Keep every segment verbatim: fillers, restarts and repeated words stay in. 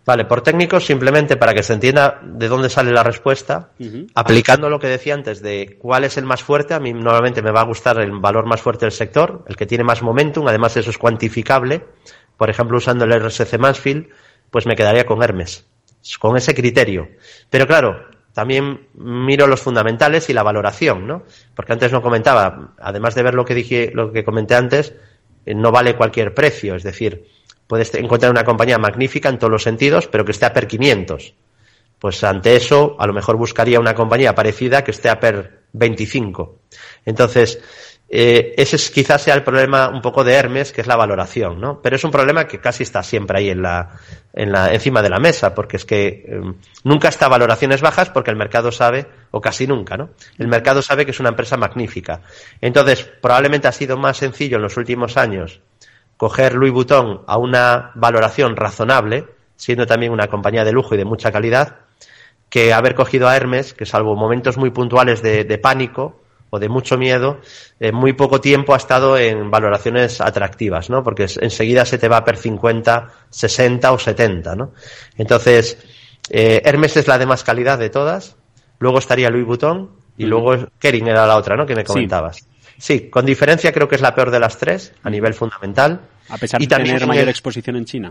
Vale, por técnicos, simplemente para que se entienda de dónde sale la respuesta, uh-huh. aplicando lo que decía antes de cuál es el más fuerte, a mí normalmente me va a gustar el valor más fuerte del sector, el que tiene más momentum, además eso es cuantificable. Por ejemplo, usando el R S C Mansfield, pues me quedaría con Hermes, con ese criterio. Pero claro, también miro los fundamentales y la valoración, ¿no? Porque antes no comentaba, además de ver lo que dije, lo que comenté antes, no vale cualquier precio, es decir, puedes encontrar una compañía magnífica en todos los sentidos, pero que esté a per quinientos. Pues ante eso, a lo mejor buscaría una compañía parecida que esté a per veinticinco. Entonces, eh, ese es, quizás sea el problema un poco de Hermes, que es la valoración, ¿no? Pero es un problema que casi está siempre ahí en la, en la, encima de la mesa, porque es que eh, nunca está a valoraciones bajas porque el mercado sabe, o casi nunca, ¿no? El mercado sabe que es una empresa magnífica. Entonces, probablemente ha sido más sencillo en los últimos años coger Louis Vuitton a una valoración razonable, siendo también una compañía de lujo y de mucha calidad, que haber cogido a Hermes, que salvo momentos muy puntuales de, de pánico o de mucho miedo, en muy poco tiempo ha estado en valoraciones atractivas, ¿no? Porque enseguida se te va a per cincuenta, sesenta o setenta, ¿no? Entonces, eh, Hermes es la de más calidad de todas, luego estaría Louis Vuitton y mm. luego Kering era la otra, ¿no? Que me comentabas. Sí. Sí, con diferencia creo que es la peor de las tres a nivel fundamental. A pesar y de tener mayor exposición en China.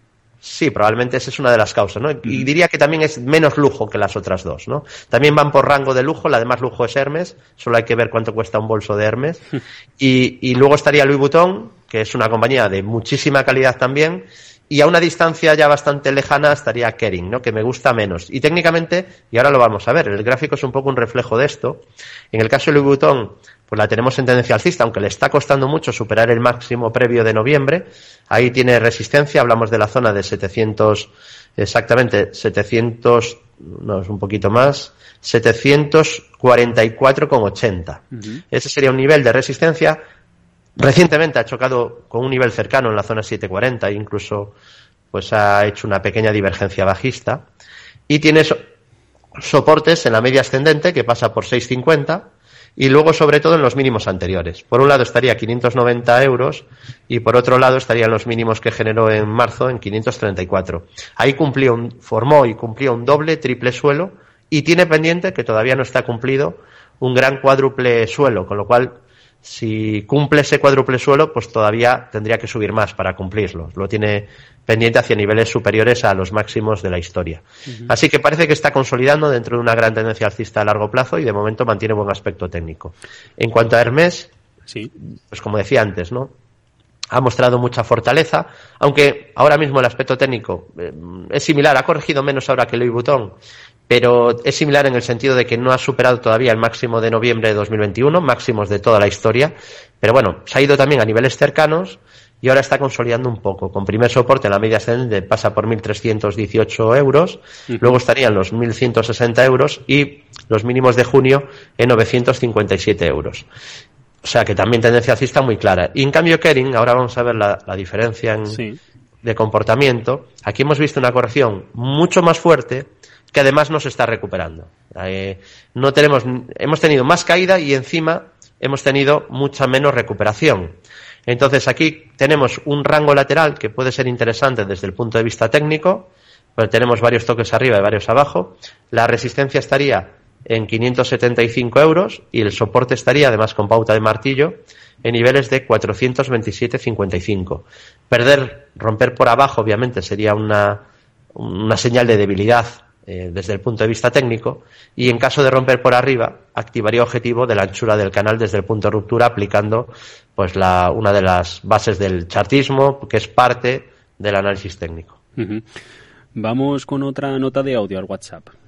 Sí, probablemente esa es una de las causas, ¿no? Y diría que también es menos lujo que las otras dos, ¿no? También van por rango de lujo, la de más lujo es Hermes, solo hay que ver cuánto cuesta un bolso de Hermes. Y, y luego estaría Louis Vuitton, que es una compañía de muchísima calidad también, y a una distancia ya bastante lejana estaría Kering, ¿no? Que me gusta menos. Y técnicamente, y ahora lo vamos a ver, el gráfico es un poco un reflejo de esto. En el caso de Louis Vuitton, pues la tenemos en tendencia alcista, aunque le está costando mucho superar el máximo previo de noviembre. Ahí tiene resistencia, hablamos de la zona de setecientos, exactamente, setecientos, no, es un poquito más, setecientos cuarenta y cuatro coma ochenta. Uh-huh. Ese sería un nivel de resistencia. Recientemente ha chocado con un nivel cercano en la zona setecientos cuarenta, incluso pues ha hecho una pequeña divergencia bajista. Y tiene so- soportes en la media ascendente, que pasa por seiscientos cincuenta, y luego sobre todo en los mínimos anteriores. Por un lado estaría quinientos noventa euros y por otro lado estarían los mínimos que generó en marzo en quinientos treinta y cuatro. Ahí cumplió un, formó y cumplió un doble, triple suelo y tiene pendiente, que todavía no está cumplido, un gran cuádruple suelo, con lo cual si cumple ese cuádruple suelo, pues todavía tendría que subir más para cumplirlo. Lo tiene pendiente hacia niveles superiores a los máximos de la historia. Uh-huh. Así que parece que está consolidando dentro de una gran tendencia alcista a largo plazo y de momento mantiene buen aspecto técnico. En cuanto a Hermès, sí, pues como decía antes, ¿no? Ha mostrado mucha fortaleza, aunque ahora mismo el aspecto técnico eh, es similar, ha corregido menos ahora que Louis Vuitton, pero es similar en el sentido de que no ha superado todavía el máximo de noviembre de dos mil veintiuno, máximos de toda la historia, pero bueno, se ha ido también a niveles cercanos y ahora está consolidando un poco. Con primer soporte en la media ascendente pasa por mil trescientos dieciocho euros, uh-huh. luego estarían los mil ciento sesenta euros y los mínimos de junio en novecientos cincuenta y siete euros. O sea que también tendencia alcista muy clara. Y en cambio Kering, ahora vamos a ver la, la diferencia en, sí. de comportamiento. Aquí hemos visto una corrección mucho más fuerte que además no se está recuperando. Eh, no tenemos, hemos tenido más caída y encima hemos tenido mucha menos recuperación. Entonces aquí tenemos un rango lateral que puede ser interesante desde el punto de vista técnico, pero tenemos varios toques arriba y varios abajo. La resistencia estaría en quinientos setenta y cinco euros y el soporte estaría, además con pauta de martillo, en niveles de cuatrocientos veintisiete cincuenta y cinco. Perder, romper por abajo, obviamente, sería una, una señal de debilidad eh, desde el punto de vista técnico, y en caso de romper por arriba, activaría objetivo de la anchura del canal desde el punto de ruptura, aplicando pues la, una de las bases del chartismo, que es parte del análisis técnico. Uh-huh. Vamos con otra nota de audio al WhatsApp.